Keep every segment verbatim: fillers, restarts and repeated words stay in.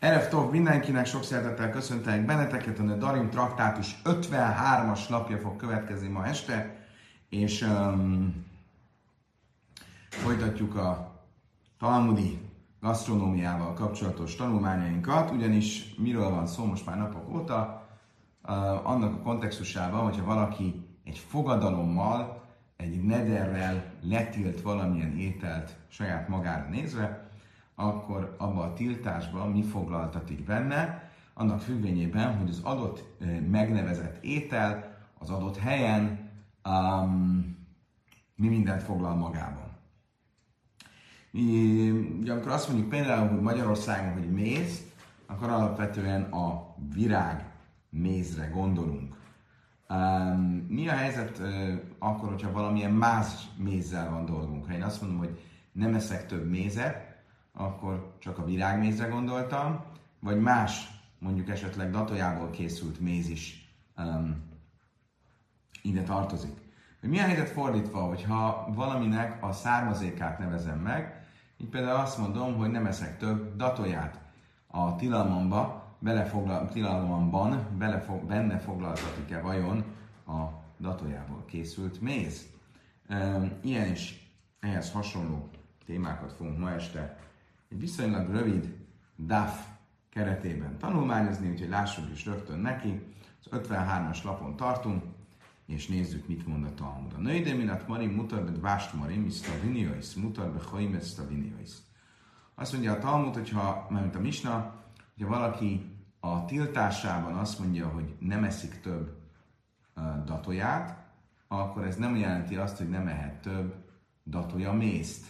Erev Tov mindenkinek, sok szeretettel köszöntelek benneteket, a Darim traktátus ötvenhármas lapja fog következni ma este, és um, folytatjuk a talmudi gasztronómiával kapcsolatos tanulmányainkat, ugyanis miről van szó most már napok óta, uh, annak a kontextusában, hogyha valaki egy fogadalommal, egy nederrel letilt valamilyen ételt saját magára nézve, akkor abban a tiltásban mi foglaltatik benne, annak függvényében, hogy az adott megnevezett étel az adott helyen um, mi mindent foglal magában. Mi, ugye, amikor azt mondjuk például, hogy Magyarországon, hogy méz, akkor alapvetően a virág mézre gondolunk. Um, mi a helyzet uh, akkor, hogyha valamilyen más mézzel van dolgunk? Ha én azt mondom, hogy nem eszek több mézet, akkor csak a virágmézre gondoltam, vagy más, mondjuk esetleg datójából készült méz is um, ide tartozik. Mi a helyzet fordítva, hogyha valaminek a származékát nevezem meg, így például azt mondom, hogy nem eszek több datóját. A tilalmamba, belefoglal, tilalmamban belefog, benne foglaltatik-e vajon a datójából készült méz? Um, ilyen és ehhez hasonló témákat fogunk ma este egy viszonylag rövid daf keretében tanulmányozni, úgyhogy lássuk is rögtön neki. Az ötvenhármas lapon tartunk, és nézzük, mit mond a Talmud. A nőide minat marim mutar be dvást marim, isztaviniois, mutar be choimet staviniois. Azt mondja a Talmud, hogyha, mert a Misna, hogyha valaki a tiltásában azt mondja, hogy nem eszik több uh, datóját, akkor ez nem jelenti azt, hogy nem ehet több datója mézt.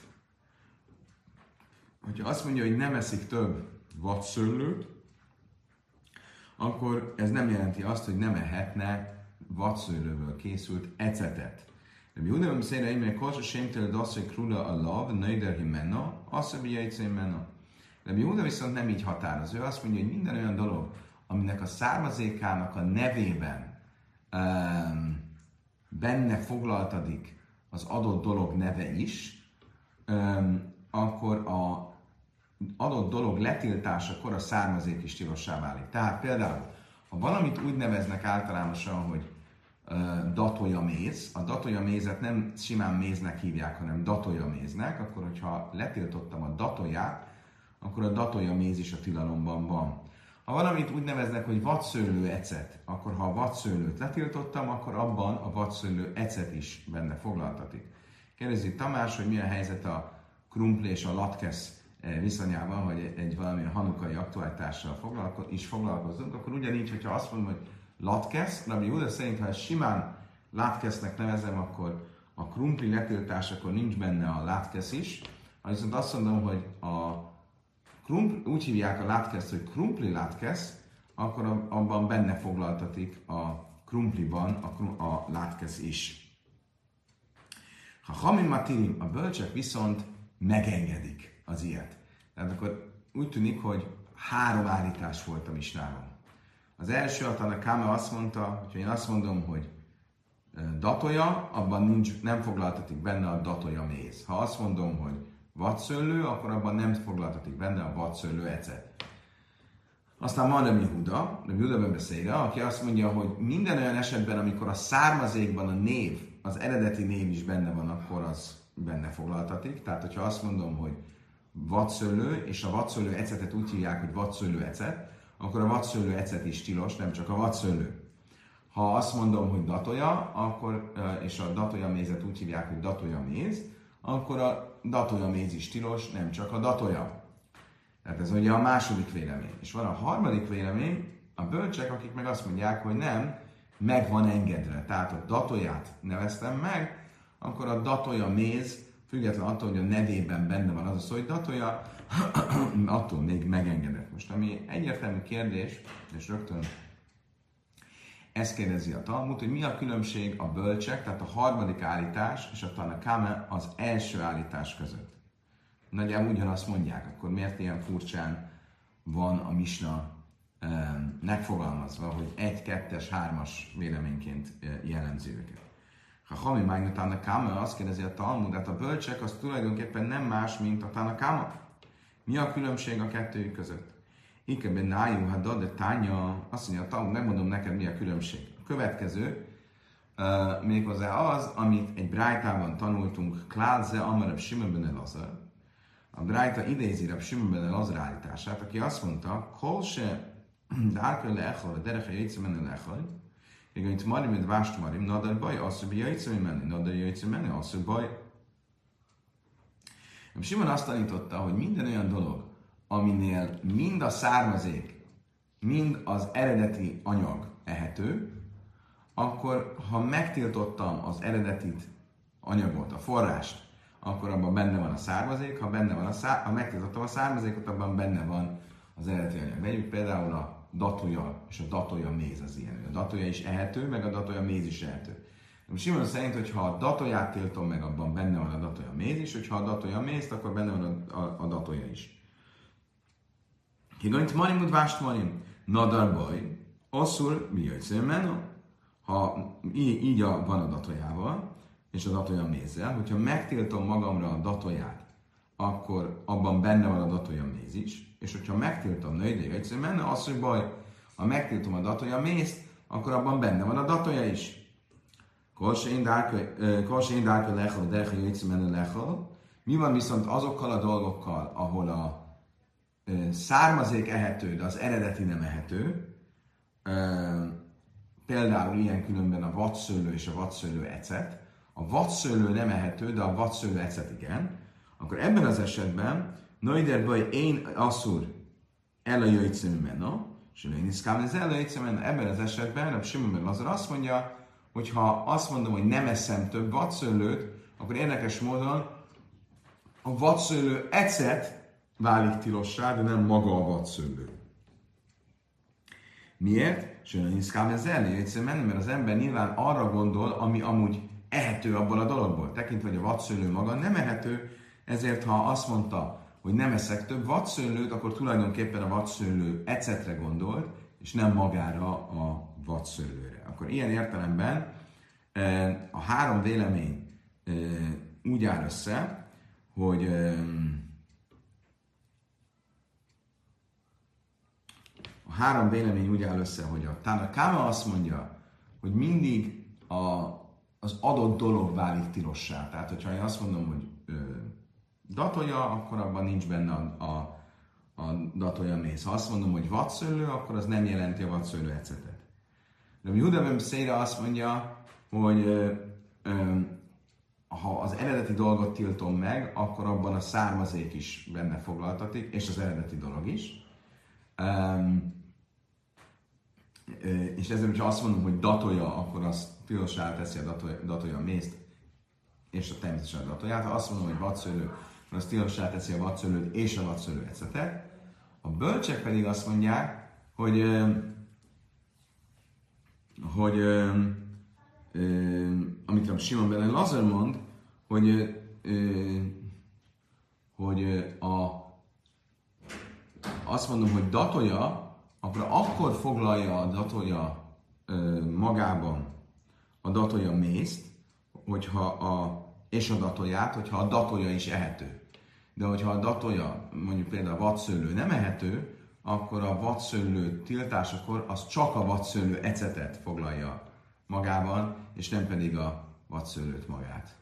Hogyha azt mondja, hogy nem eszik több vadszőlőt, akkor ez nem jelenti azt, hogy nem ehetne vadszőlőből készült ecetet. De mi úgy nem szépen, hogy korsa sémtől dasszai krula a lav, nöjderhi menna, asszabi jajcai menna. De mi úgy viszont nem így határoz. Ő azt mondja, hogy minden olyan dolog, aminek a származékának a nevében um, benne foglaltadik az adott dolog neve is, um, akkor a adott dolog letiltásakor a származék is tilossá válik. Tehát például, ha valamit úgy neveznek általánosan, hogy uh, datója méz, a datója mézet nem simán méznek hívják, hanem datója méznek, akkor hogyha letiltottam a datóját, akkor a datója méz is a tilalomban van. Ha valamit úgy neveznek, hogy vadszőlő ecet, akkor ha a vadszőlőt letiltottam, akkor abban a vadszőlő ecet is benne foglaltatik. Kérdezi Tamás, hogy mi a helyzet a krumpli és a latkesz viszonyában, hogy egy valamilyen hanukai aktualitással foglalko- is foglalkozunk, akkor ugyanígy, hogyha azt mondom, hogy latkesz, Rabbi Júda szerint, ha ezt simán látkesznek nevezem, akkor a krumpli letiltásakor nincs benne a látkesz is. Ha viszont azt mondom, hogy a krumpli, úgy hívják a látkeszt, hogy krumpli látkesz, akkor abban benne foglaltatik a krumpliban a, krum- a látkesz is. Ha hamim matirim, a bölcsek viszont megengedik az ilyet. Tehát akkor úgy tűnik, hogy három állítás volt a misnában. Az első, a Tanakama azt mondta, hogy én azt mondom, hogy datója, abban nincs, nem foglaltatik benne a datója méz. Ha azt mondom, hogy vadszőlő, akkor abban nem foglaltatik benne a vadszőlő ecet. Aztán van Rabbi Júda, Rabbi Júda ben Beszerra, aki azt mondja, hogy minden olyan esetben, amikor a származékban a név, az eredeti név is benne van, akkor az benne foglaltatik. Tehát, hogyha azt mondom, hogy vadszőlő, és a vadszőlő ecetet úgy hívják, hogy vadszőlő ecet, akkor a vadszőlő ecet is tilos, nem csak a vadszőlő. Ha azt mondom, hogy datója, akkor, és a datója mézet úgy hívják, hogy datója méz, akkor a datója méz is tilos, nem csak a datója. Tehát ez ugye a második vélemény. És van a harmadik vélemény, a bölcsek, akik meg azt mondják, hogy nem, meg van engedve. Tehát a datóját neveztem meg, akkor a datója méz, független attól, hogy a nevében benne van az a szó, hogy datója, attól még megengedett. Most ami egyértelmű kérdés, és rögtön ezt kérdezi a Talmud, hogy mi a különbség a bölcsek, tehát a harmadik állítás és a Tanakama az első állítás között. Nagyjából ugyanazt mondják, akkor miért ilyen furcsán van a misna eh, megfogalmazva, hogy egy, kettes, hármas véleményként eh, jellemzi őket. Ha Hami Mágna Tanakama, azt kérdezi a Talmud, hát a bölcsek az tulajdonképpen nem más, mint a Tanakama. Mi a különbség a kettőjük között? Ikeben nájú, hát de tánya, azt mondja, a Talmud, megmondom neked, mi a különbség. A következő, uh, méghozzá az, amit egy brájtában tanultunk, Klálze, Amarab Simon ben Elazar. A brájta idézi Rab Simon ben Elazar állítását, aki azt mondta, Kol se dárkő leechol, a dereche jöjjtse menne leechol, még amit marim, mint vást marim, nadar baj, azt, hogy jöjjtse menni, nadar jöjjtse menni, azt, hogy baj. Rab Simon azt tanította, hogy minden olyan dolog, aminél mind a származék, mind az eredeti anyag ehető, akkor ha megtiltottam az eredetit, anyagot, a forrást, akkor abban benne van a származék, ha, benne van a szár... ha megtiltottam a származékot, abban benne van az eredeti anyag. Vegyük például a datója és a datója méz az ilyen. A datója is ehető, meg a datója méz is ehető. Most Simon szerint, hogy ha a datóját tiltom meg, abban benne van a datója méz is, hogyha a datója mézt, akkor benne van a, a, a datója is. Kigonyt marim, úgy vást marim, nadar baj, asszur, mi jöjjtszön menno. Ha így, így a, van a datójával, és a datója mézzel, hogyha megtiltom magamra a datóját, akkor abban benne van a datója méz is, és hogyha megtiltom női, de jöjjtszön menno, asszur baj, ha megtiltom a datója mézt, akkor abban benne van a datója is. Kol se én dárkő lechol, de jöjjtszön menno lechol. Mi van viszont azokkal a dolgokkal, ahol a származék ehető, de az eredeti nem ehető, például ilyen különben a vadszőlő és a vadszőlő ecet, a vadszőlő nem ehető, de a vadszőlő ecet igen, akkor ebben az esetben Noider baj én asszur el a jöjjtszemű menna, és én iszkám ez el a jöjjtszemű menna. Ebben az esetben a Simon ben Elazar azt mondja, hogy ha azt mondom, hogy nem eszem több vadszőlőt, akkor érdekes módon a vadszőlő ecet válik tilossá, de nem maga a vadszőlő. Miért? Sőt, iszkám ez eljöjjtszem menni, mert az ember nyilván arra gondol, ami amúgy ehető abból a dologból. Tekintve, hogy a vadszőlő maga nem ehető, ezért ha azt mondta, hogy nem eszek több vadszőlőt, akkor tulajdonképpen a vadszőlő ecetre gondolt, és nem magára a vadszőlőre. Akkor ilyen értelemben a három vélemény úgy áll össze, hogy a három vélemény úgy áll össze, hogy a Tana Kama azt mondja, hogy mindig a, az adott dolog válik tilossá. Tehát, hogyha én azt mondom, hogy ö, datója, akkor abban nincs benne a, a, a datója méz. Ha azt mondom, hogy vadszőlő, akkor az nem jelenti a vadszőlő ecetet. De Júda ben Széra azt mondja, hogy ö, ö, ha az eredeti dolgot tiltom meg, akkor abban a származék is benne foglaltatik, és az eredeti dolog is. Um, és ezért, hogyha azt mondom, hogy datolja, akkor az tilossá teszi a datolja, datolja a mézt, és a természetesen a datóját. Ha azt mondom, hogy vadszőlő, akkor az tilossá teszi a vadszőlőt és a vadszőlő ecetet. A bölcsek pedig azt mondják, hogy, hogy amit a Simon ben Elazar mond, hogy, hogy a, azt mondom, hogy datolja, akkor akkor foglalja a datója magában a datója mézt, hogyha a, és a datóját, hogyha a datója is ehető. De hogyha a datója, mondjuk például a vadszőlő nem ehető, akkor a vadszőlő tiltásakor az csak a vadszőlő ecetet foglalja magában, és nem pedig a vadszőlőt magát.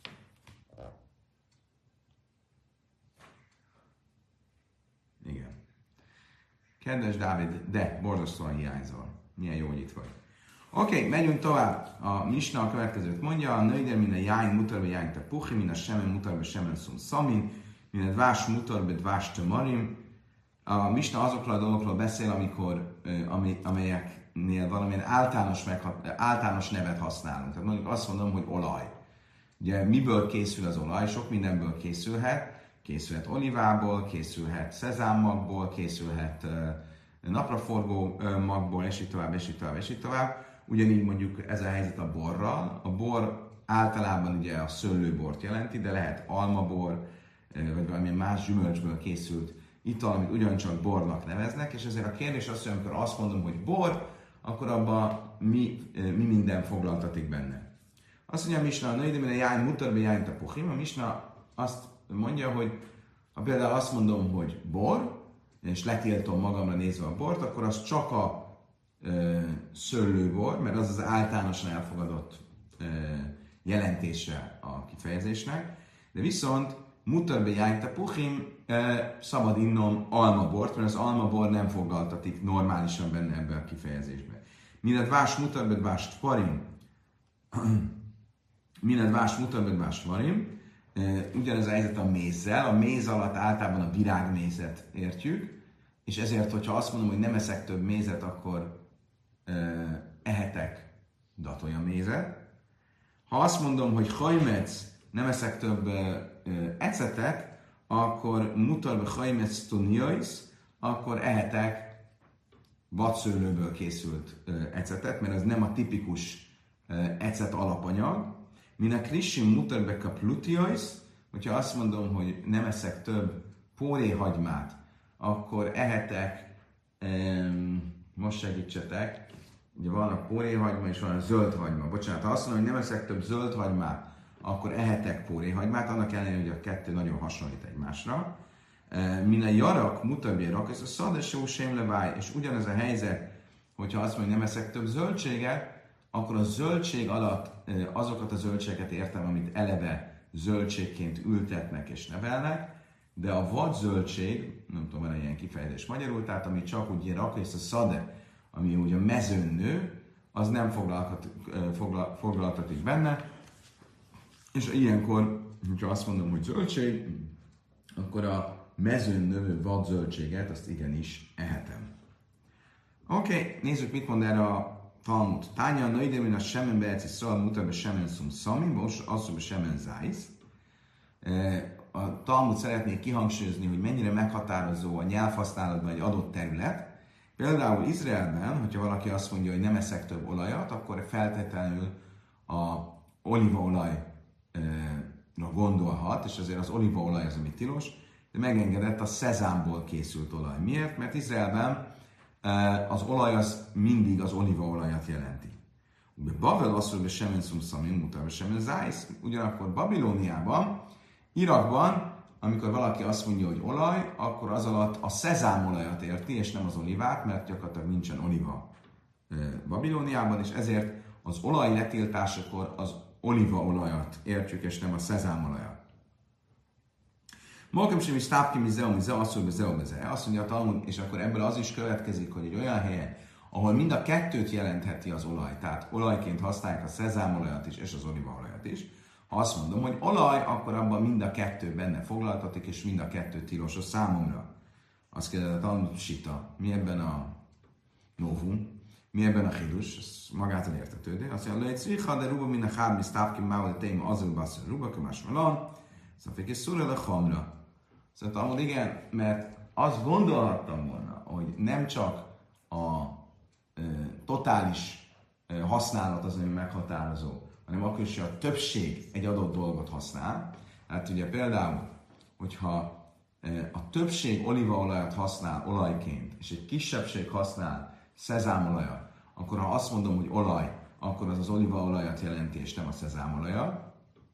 Igen. Kedves Dávid, de borzasztóan hiányzol. Milyen jó, hogy itt vagy. Oké, okay, megyünk tovább. A Misna a következőt mondja, a nőider minden jány mutarbe jány te puhi, minden semen mutarbe semen szum szamin, minden vás mutarbe dvás te marim. A Misna azokról a dolgokról beszél, amikor, ami, amelyeknél valamilyen általános, meghat, általános nevet használunk. Tehát mondjuk azt mondom, hogy olaj. Ugye miből készül az olaj? Sok mindenből készülhet. Készülhet olivából, készülhet szezámmagból, készülhet uh, napraforgó uh, magból, és így tovább, és így tovább, és így tovább. Ugyanígy mondjuk ez a helyzet a borral. A bor általában ugye a szőlőbort jelenti, de lehet almabor, uh, vagy valamilyen más gyümölcsből készült ital, amit ugyancsak bornak neveznek, és ezért a kérdés az, hogy amikor azt mondom, hogy bor, akkor abban mi, uh, mi minden foglaltatik benne. Azt mondja a Misna, a női, de minden jány mutarbe jány tapuchim, a Misna azt mondja, hogy ha például azt mondom, hogy bor, és letiltom magamra nézve a bort, akkor az csak a ö, szőlőbor, mert az az általánosan elfogadott ö, jelentése a kifejezésnek, de viszont mutarbe jájta puhim, szabad innom almabort, mert az almabor nem foglaltatik normálisan benne ebbe a kifejezésbe. Mined vás mutarbe vás tvarim, mined vás mutarbe vás tvarim, ugyanez a helyzet a mézzel, a méz alatt általában a virágmézet értjük, és ezért, hogyha azt mondom, hogy nem eszek több mézet, akkor ehetek datolja mézet. Ha azt mondom, hogy hajmec, nem eszek több ecetet, akkor mutarbe hajmec tunjajsz, akkor ehetek vadszőlőből készült ecetet, mert ez nem a tipikus ecet alapanyag. Min a krissim mutarbe kaplutjajsz, hogyha azt mondom, hogy nem eszek több póréhagymát, akkor ehetek, most segítsetek, ugye van a póréhagyma és van a zöldhagyma. Bocsánat, ha azt mondom, hogy nem eszek több zöldhagymát, akkor ehetek póréhagymát, annak ellenére, hogy a kettő nagyon hasonlít egymásra. Min a jarak, mutabérak, ez a szadesó sémleváj, és ugyanez a helyzet, hogyha azt mondom, hogy nem eszek több zöldséget, akkor a zöldség alatt azokat a zöldségeket értem, amit eleve zöldségként ültetnek és nevelnek, de a vadzöldség, nem tudom, van ilyen kifejezés magyarul, tehát ami csak úgy rak, és a szade, ami úgy a mezőn nő, az nem foglaltatik benne, és ilyenkor, hogyha azt mondom, hogy zöldség, akkor a mezőn növő vadzöldséget, azt igenis ehetem. Oké, okay, nézzük, mit mond erre a Talmud. Tánya, na ide, mint a semen beeci szal, mutatba semen szum szami, most asszonyba semen zájsz. A Talmud szeretnék kihangsúlyozni, hogy mennyire meghatározó a nyelvhasználatban egy adott terület. Például Izraelben, hogyha valaki azt mondja, hogy nem eszek több olajat, akkor feltétlenül a olívaolajra gondolhat, és azért az olívaolaj az, ami tilos, de megengedett a szezámból készült olaj. Miért? Mert Izraelben az olaj az mindig az olívaolajat jelenti. Babel azt mondja, hogy semen szum szamim, mutatva semen zájsz. Ugyanakkor Babilóniában, Irakban, amikor valaki azt mondja, hogy olaj, akkor az alatt a szezámolajat érti, és nem az olivát, mert gyakorlatilag nincsen oliva Babilóniában, és ezért az olaj letiltásakor az olívaolajat értjük, és nem a szezámolajat. Malkem sem is tápki, mi zeo, mi zeo, azt mondja, zeo, zeo. Azt mondja a Talmud, és akkor ebből az is következik, hogy egy olyan helyen, ahol mind a kettőt jelentheti az olaj, tehát olajként használják a szezámolajat is, és az olívaolajat is. Ha azt mondom, hogy olaj, akkor abban mind a kettő benne foglaltatik, és mind a kettő tilos a számomra. Azt kérdez a Talmud sita, mi ebben a novum, mi ebben a hidus, ez magától értetődő. Azt mondja, hogy szviha, de ruba min a hármi sztápki, mául téma azul basszor ruba, kömás malon, szóval és szúrel a hamra. Szóval Talmud igen, mert azt gondolhattam volna, hogy nem csak a e, totális e, használat az, ami meghatározó, hanem akkor is a többség egy adott dolgot használ. Hát ugye például, hogyha e, a többség olívaolajat használ olajként, és egy kisebbség használ szezámolajat, akkor ha azt mondom, hogy olaj, akkor az az olívaolajat jelenti, és nem a szezámolajat.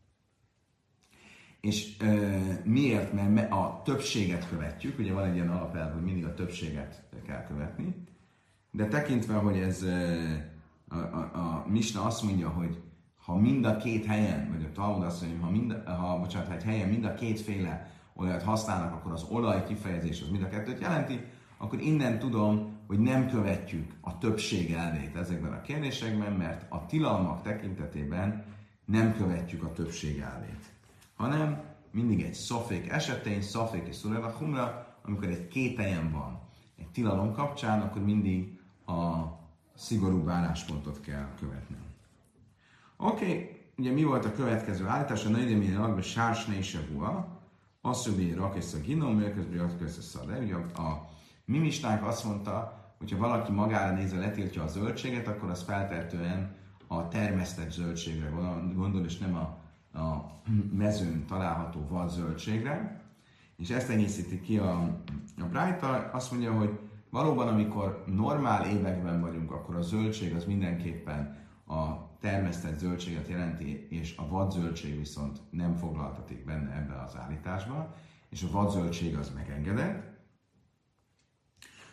És e, miért? Mert a többséget követjük, ugye van egy ilyen alapelv, hogy mindig a többséget kell követni, de tekintve, hogy ez e, a, a, a Misna azt mondja, hogy ha mind a két helyen, vagy a Talmud azt mondja, ha, mind, ha bocsánat, egy helyen mind a kétféle olajat használnak, akkor az olaj kifejezés az mind a kettőt jelenti, akkor innen tudom, hogy nem követjük a többség elvét ezekben a kérdésekben, mert a tilalmak tekintetében nem követjük a többség elvét, hanem mindig egy szofék esetén, szofék és szurel a humra, amikor egy kételjen van egy tilalom kapcsán, akkor mindig a szigorúbb álláspontot kell követni. Oké, okay. Ugye mi volt a következő állítás? A nagyideményi alakban sársne és a hua, azt mondja, hogy rakesz a ginom, mérkezbé rakesz a szade. Ugye a mi misnánk azt mondta, hogyha valaki magára nézve letiltja a zöldséget, akkor az feltehetően a termesztett zöldségre gondol, és nem a, a mezőn található vad zöldségre. És ezt egészíti ki a, a Brájta, azt mondja, hogy valóban, amikor normál években vagyunk, akkor a zöldség az mindenképpen a termesztett zöldséget jelenti, és a vadzöldség viszont nem foglaltatik benne ebbe az állításba, és a vadzöldség az megengedett.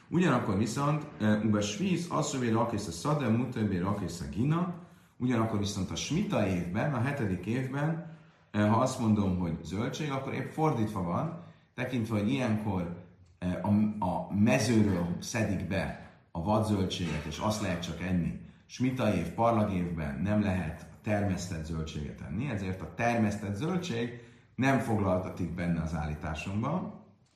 Ugyanakkor viszont, uba svíz, asszövé rakész a szade, mutövé rakész a gina, ugyanakkor viszont a smita évben, a hetedik évben, ha azt mondom, hogy zöldség, akkor épp fordítva van, tekintve, hogy ilyenkor a, a mezőről szedik be a vadzöldséget, és azt lehet csak enni. Smita év, parlag évben nem lehet termesztett zöldséget enni, ezért a termesztett zöldség nem foglaltatik benne az állításunkban.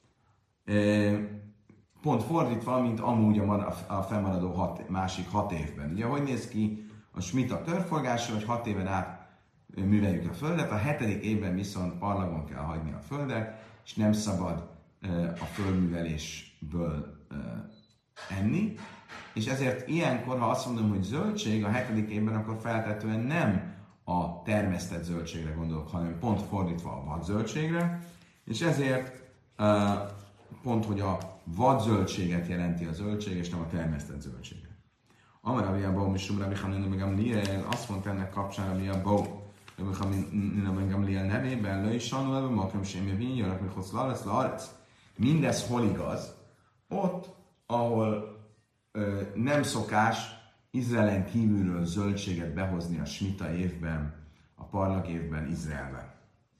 Pont fordítva, mint amúgy a, a fennmaradó hat, másik hat évben. Ugye, hogy néz ki a smita körforgása, hogy hat éven át műveljük a földet, a hetedik évben viszont parlagon kell hagyni a földet, és nem szabad a földművelésből enni. És ezért ilyenkor, ha azt mondom, hogy zöldség a hetedik évben, akkor feltetően nem a termesztett zöldségre gondolok, hanem pont fordítva a vadzöldségre, és ezért uh, pont, hogy a vadzöldséget jelenti a zöldség, és nem a termesztett zöldséget. Amarabi a Bó, Misum Rabbi Hanina meg Gamliel, azt mondta ennek kapcsán Rabbi a Bó, Rabbi Hanina meg Gamliel nevében, Lő is sanul, ebben makam semmi vinja, Rabbi Hocz Larec, Larec. Mindez hol igaz? Ott, ahol ö, nem szokás Izraelen kívülről zöldséget behozni a smita évben, a parlag évben Izraelben.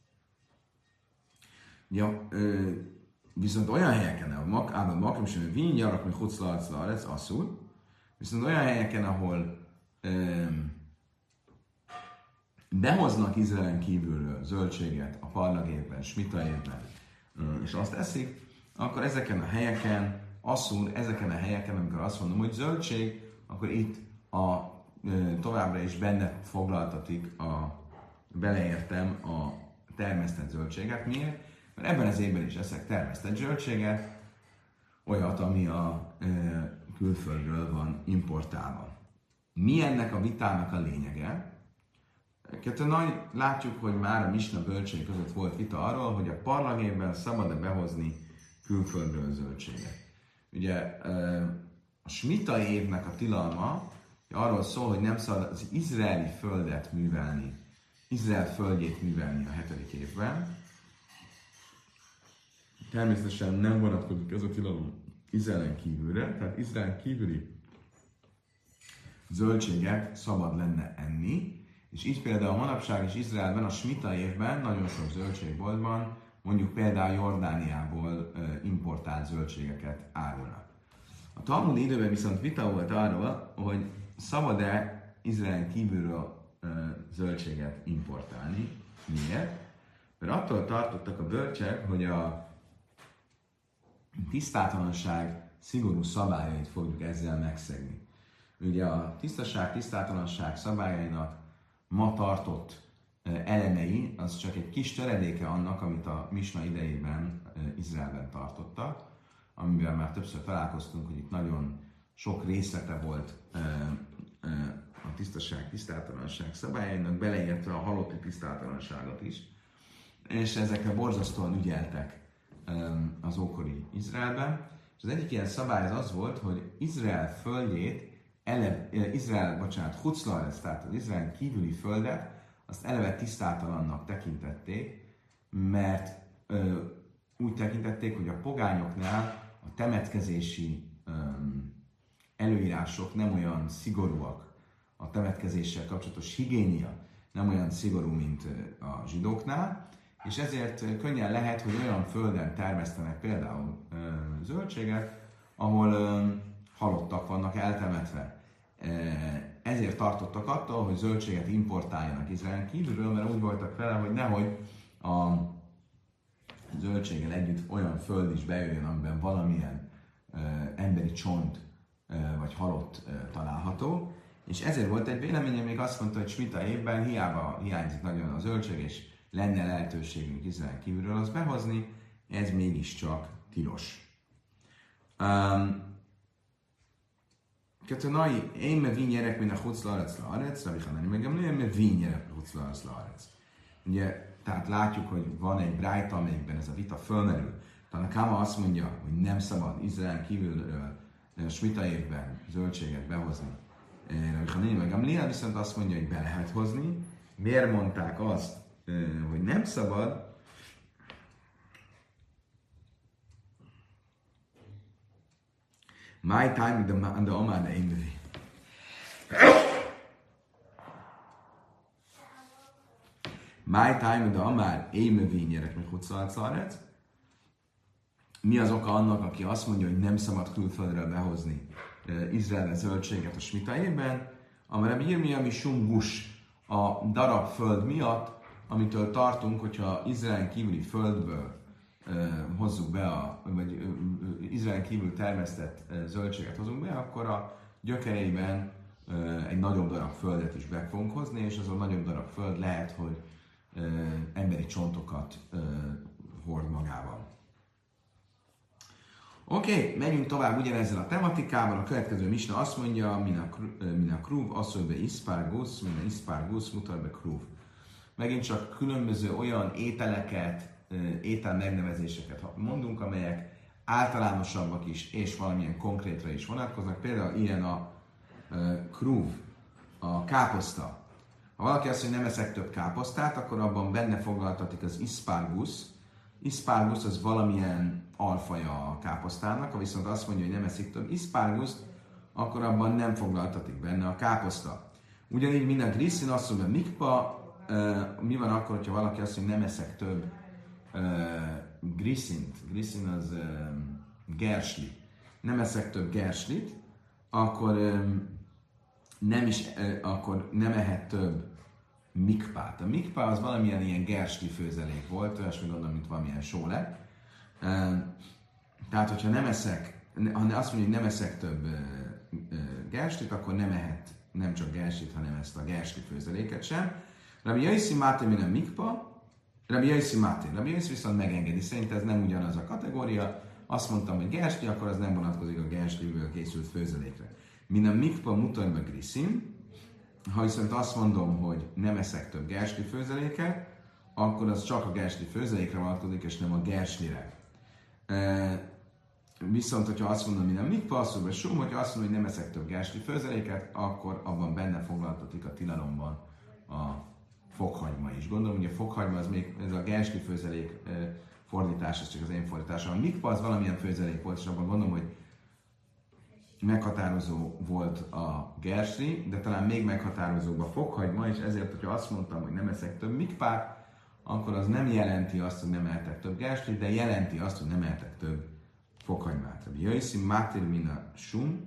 Ja, ö, viszont olyan helyeken, ahol ában makam semmi vinja, Rabbi Hocz Larec, Larec, asszul, viszont olyan helyeken, ahol ö, behoznak Izraelen kívülről zöldséget a parlag évben, smita évben, ö, és azt eszik, akkor ezeken a helyeken, asszul, ezeken a helyeken, amikor azt mondom, hogy zöldség, akkor itt a, ö, továbbra is benne foglaltatik a, beleértem a termesztett zöldséget. Miért? Mert ebben az évben is eszek termesztett zöldséget, olyat, ami a ö, külföldről van importálva. Mi ennek a vitának a lényege? Kettőnaj, látjuk, hogy már a Misna bölcsei között volt vita arról, hogy a parlag évben szabad-e behozni külföldről zöldséget. Ugye a smita évnek a tilalma arról szól, hogy nem szabad az izraeli földet művelni, Izrael földjét művelni a hetedik évben. Természetesen nem vonatkozik ez a tilalom Izraelen kívülre, tehát Izraelen kívüli zöldséget szabad lenne enni, és így például manapság is Izraelben a smita évben nagyon sok zöldségboltban, mondjuk például Jordániából importált zöldségeket árulnak. A Talmud időben viszont vita volt arról, hogy szabad-e Izraelen kívülről zöldséget importálni. Miért? Mert attól tartottak a bölcsek, hogy a tisztátalanság szigorú szabályait fogjuk ezzel megszegni. Ugye a tisztaság, tisztátalanság szabályainak ma tartott elemei, az csak egy kis töredéke annak, amit a Misna idejében Izraelben tartottak, amivel már többször találkoztunk, hogy itt nagyon sok részlete volt a tisztaság, tisztátalanság szabályainak, beleértve a halotti tisztátalanságot is, és ezekre borzasztóan ügyeltek az ókori Izraelben. És az egyik ilyen szabály az az volt, hogy Izrael földjét, ele, Izrael, bocsánat, Hutz Laretz, tehát az Izrael kívüli földet, azt eleve tisztátalannak tekintették, mert ö, úgy tekintették, hogy a pogányoknál a temetkezési ö, előírások nem olyan szigorúak, a temetkezéssel kapcsolatos higiénia nem olyan szigorú, mint a zsidóknál, és ezért könnyen lehet, hogy olyan földön termesztenek például ö, zöldséget, ahol ö, halottak vannak eltemetve. Ezért tartottak attól, hogy zöldséget importáljanak Izraelen kívülről, mert úgy voltak vele, hogy nehogy a zöldséggel együtt olyan föld is bejöjjön, amiben valamilyen uh, emberi csont uh, vagy halott uh, található. És ezért volt egy véleménye, még azt mondta, hogy smita évben hiába hiányzik nagyon a zöldség, és lenne lehetőségünk Izraelen kívülről azt behozni, ez mégiscsak tilos. Um, Kettőnai, én me vinyerek, mint a Hutz Laretz Laretz, Rabbi Hanani meg Gamliel, me vinyerek, Hutz Laretz Laretz. Ugye, tehát látjuk, hogy van egy brájta, amelyikben ez a vita fölmerül. Talán Káma azt mondja, hogy nem szabad Izrael kívülről a smita évben zöldséget behozni. Rabbi Hanani meg Gamliel viszont azt mondja, hogy be lehet hozni. Miért mondták azt, hogy nem szabad? My time de de amár de émövi. My time de amár émövi nyerek meg huszonhat. Mi az oka annak, aki azt mondja, hogy nem szabad külföldről behozni Izraelre zöldséget a smitájében, amire bírmi, ami sumgus a darab föld miatt, amitől tartunk, hogyha Izraelen kívüli földből uh, hozzuk be, a, vagy uh, Izraelen kívül termesztett uh, zöldséget hozunk be, akkor a gyökereiben uh, egy nagyobb darab földet is be fogunk hozni, és az a nagyobb darab föld lehet, hogy uh, emberi csontokat uh, hord magával. Oké, okay, megyünk tovább ugyanezzel a tematikával. A következő misna azt mondja, min a kruv, asszony be iszpárgusz, min a iszpárgusz, mutar be kruv. Megint csak különböző olyan ételeket, étel megnevezéseket mondunk, amelyek általánosabbak is, és valamilyen konkrétra is vonatkoznak. Például ilyen a kruv, a káposzta. Ha valaki azt mondja, hogy nem eszek több káposztát, akkor abban benne foglaltatik az iszpárgusz. Iszpárgusz az valamilyen alfaja a káposztának, ha viszont azt mondja, hogy nem eszik több iszpárguszt, akkor abban nem foglaltatik benne a káposzta. Ugyanígy minden griszin azt mondja, mikpa, uh, mi van akkor, ha valaki azt mondja, hogy nem eszek több uh, griszint, griszin az uh, gersli, nem eszek több gerslit, akkor um, nem is, uh, akkor nem ehet több mikpát. A mikpá az valamilyen ilyen gersli főzelék volt, olyasmi gondolom, mint valamilyen sóle. Tehát, hogyha nem eszek, ha azt mondja, hogy nem eszek több gerslit, akkor nem ehet nem csak gerslit, hanem ezt a gersli főzeléket sem. Rabbi Jaiszi Máté minden mikpa, Rabbi Jaiszi Máté. Rabbi Jaiszi viszont megengedi. Szerint ez nem ugyanaz a kategória. Azt mondtam, hogy gersli, akkor az nem vonatkozik a gersliből készült főzelékre. Minden mikpa mutatja griszim. Ha viszont azt mondom, hogy nem eszek több gersli főzeléket, akkor az csak a gersli főzelékre vonatkozik, és nem a gerslire. E, viszont, hogyha azt mondom, hogy nem mikpa, azt mondom, hogy sum, hogyha azt mondom, hogy nem eszek több gersli főzeléket, akkor abban benne foglaltatik a tilalomban a fokhagyma is. Gondolom, hogy a fokhagyma, az még, ez a gersli főzelék e, fordítás, ez csak az én fordításom. A mikpa az valamilyen főzelék volt, és abban gondolom, hogy meghatározó volt a gersli, de talán még meghatározóbb a fokhagyma, és ezért, hogyha azt mondtam, hogy nem eszek több mikpát, akkor az nem jelenti azt, hogy nem ehetek több gerslit, de jelenti azt, hogy nem ehetek több fokhagymát. Rabbi Jaiszi mátér mina sum.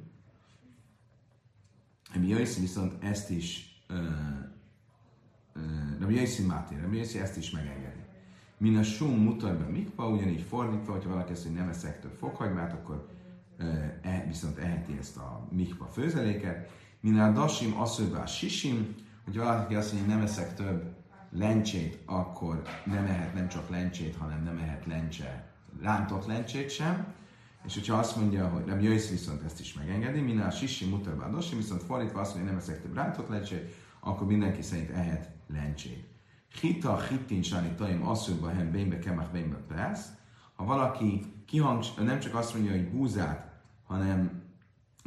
Rabbi Jaiszi viszont ezt is uh, uh, Rabbi Jaiszi mátér, Rabbi Jaiszi ezt is megengedi. Mina sum mutatja mikpa, ugyanígy fordítva, hogyha valaki azt, hogy nem eszek több fokhagymát, akkor uh, viszont eheti ezt a mikpa főzeléket. Mina dasim asszonyba a sisim, hogyha valaki azt mondja, hogy nem eszek több lencsét, akkor nem ehet nem csak lencsét, hanem nem ehet lencse, rántott lencsét sem. És hogyha azt mondja, hogy nem jöjsz, viszont ezt is megengedi, minden a sisi mutatva a dosi, viszont fordítva azt mondja, hogy nem eszek több rántott lencsét, akkor mindenki szerint ehet lencsét. Hita, hittin, sáni, tajim, asszonyba, hem, bénybe, kemach, bénybe, persz. Ha valaki kihangs, nem csak azt mondja, hogy búzát, hanem e,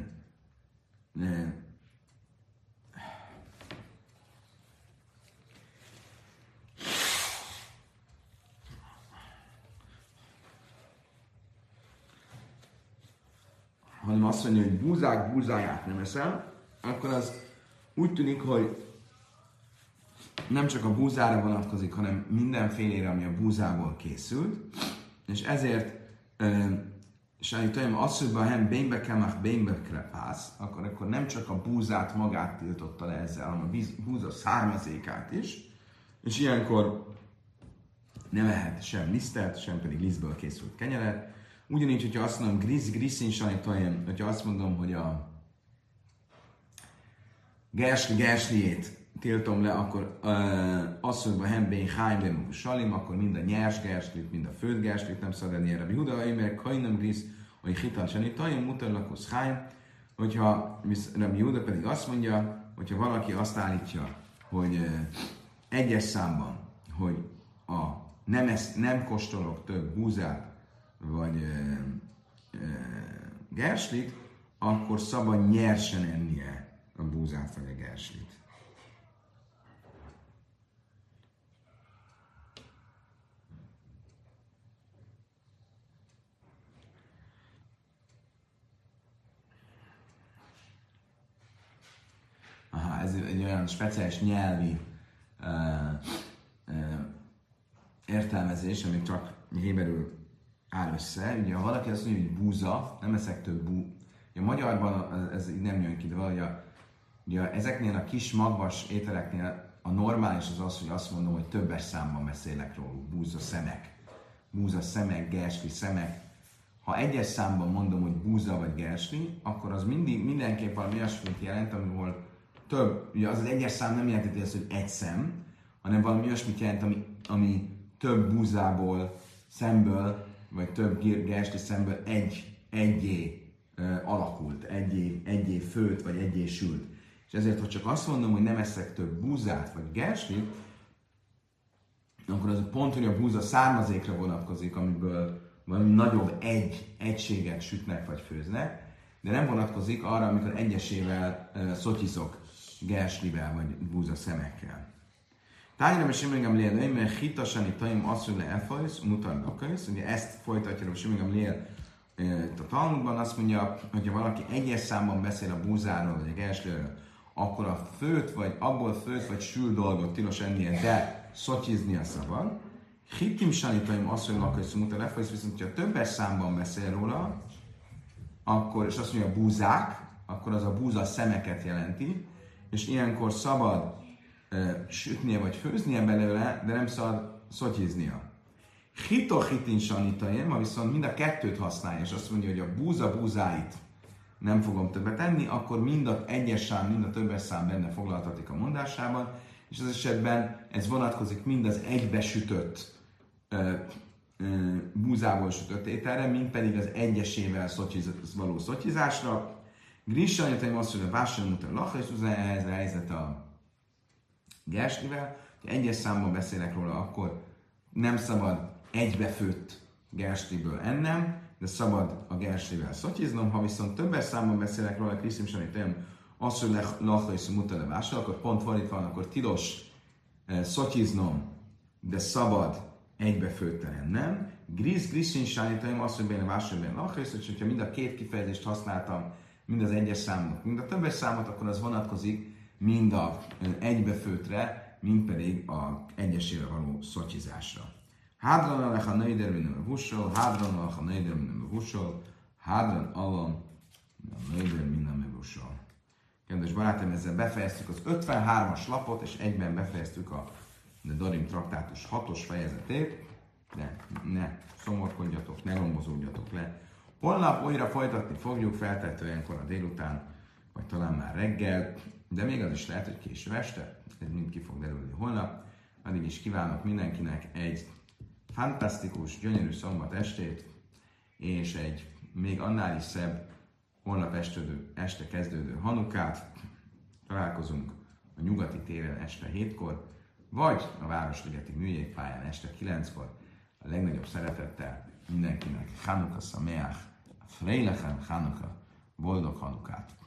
e, hanem azt mondja, hogy búzák búzáját nem eszel, akkor az úgy tűnik, hogy nem csak a búzára vonatkozik, hanem mindenfélére, ami a búzából készült, és ezért Sáni Tajam azt mondja, hogy hem bénybe kemach bénybe krepász, akkor, akkor nem csak a búzát magát tiltotta le ezzel, hanem a búza származékát is, és ilyenkor nem ehet sem lisztet, sem pedig lisztből készült kenyeret. Ugyanígy, hogyha azt mondom, grisz, griszin, Sáni Tajam, hogyha azt mondom, hogy a gersli, gersliét tiltom le, akkor uh, azt mondom, hogy hembén hájmben salim, akkor mind a nyers gerslit, mind a főtt gerslit nem szabad enni erre. Huda, mert kajnam grisz, hogy hital Sáni Tajam, mutatlakoz hájm, hogyha Rabbi Huda pedig azt mondja, hogyha valaki azt állítja, hogy uh, egyes számban, hogy a nem, esz, nem kóstolok több búzát, vagy uh, uh, gerslit, akkor szabad nyersen ennie a búzát vagy a gerslit. olyan speciális nyelvi uh, uh, értelmezés, amit csak héberül áll össze. Ugye, ha valaki azt mondja, hogy búza, nem eszek több bú. Ugye, a magyarban ez így nem jön ki, de valahogy a, ugye, ezeknél a kis magvas ételeknél a normális az az, hogy azt mondom, hogy többes számban beszélek róluk. Búza szemek. Búza szemek, gersli szemek. Ha egyes számban mondom, hogy búza vagy gersli, akkor az mindig, mindenképp valami olyasmit jelent, amihol több, ugye az az egyes szám nem jelenti azt, hogy egy szem, hanem valami olyasmit jelent, ami, ami több búzából, szemből, vagy több gersli szemből egy, egyé uh, alakult, egyé, egyé főtt, vagy egyé sült. És ezért, ha csak azt mondom, hogy nem eszek több búzát, vagy gerslit, akkor az pont, hogy a búza származékra vonatkozik, amiből valami nagyobb egy egységet sütnek, vagy főznek, de nem vonatkozik arra, amikor egyesével uh, szotyizok gerslivel, vagy búza szemekkel. Tányra és Simon Gamliel, mert hitasani tajim asszul le elfajsz, mutar lakajsz. Ugye ezt folytatja a Simon Gamliel a Talmudban, azt mondja, hogy ha valaki egyes számban beszél a búzáról, vagy a gersliről, akkor a főt, vagy abból főt, vagy sül dolgot tilos ennie, de szotyiznia szabad. Hittim sani tajim asszul lakajsz, mutar elfajsz, viszont ha többes számban beszél róla, akkor, és azt mondja búzák, akkor az a búza szemeket jelenti, és ilyenkor szabad uh, sütnie vagy főznie belőle, de nem szabad szotyiznia. Hito hitin sanitajem, ha viszont mind a kettőt használja, és azt mondja, hogy a búza búzáit nem fogom többet enni, akkor mind a egyes szám, mind a többes szám benne foglaltatik a mondásában, és az esetben ez vonatkozik mind az egybesütött uh, uh, búzából sütött ételre, mind pedig az egyesével szotyiz, való szotyizásra. Grissanyataim azt mondja, vásárolni mutat lacha, és ez a helyzet a gerslivel. Ha egyes számban beszélek róla, akkor nem szabad egybefőtt gersliből ennem, de szabad a gerslivel szotyiznom. Ha viszont többes számban beszélek róla, Krisztim Sanitáim azt mondja, lacha és mutat vásárolni, akkor pont fordítva van, akkor tilos eh, szotyiznom, de szabad egybefőtten ennem. Grisz, Krisztim Sanitáim azt mondja, hogy vásárolni lacha, és hogyha mind a két kifejezést használtam, mind az egyes számot, mind a többes számot, akkor az vonatkozik mind a egybefőtre, mind pedig a egyesével való szotyizásra. Hádran alech a nöjder minnum a vussol, hádran alech a nöjder minnum a vussol, hádran alem a nöjder minnum a vussol. Kedves barátaim, ezzel befejeztük az ötvenhármas lapot, és egyben befejeztük a Nedarim traktátus hatos fejezetét, de ne szomorkodjatok, ne lombozódjatok le. Holnap újra folytatni fogjuk, feltehetően kora délután, vagy talán már reggel, de még az is lehet, hogy késő este, ez mind ki fog derülni holnap. Addig is kívánok mindenkinek egy fantasztikus, gyönyörű szombat estét, és egy még annál is szebb holnap estődő, este kezdődő Hanukát. Találkozunk a nyugati téren este hétkor, vagy a Városligeti Műjégpályán este kilenckor. A legnagyobb szeretettel mindenkinek Hanuka Sameach, Freilechem Hanuka, boldog Hanukát!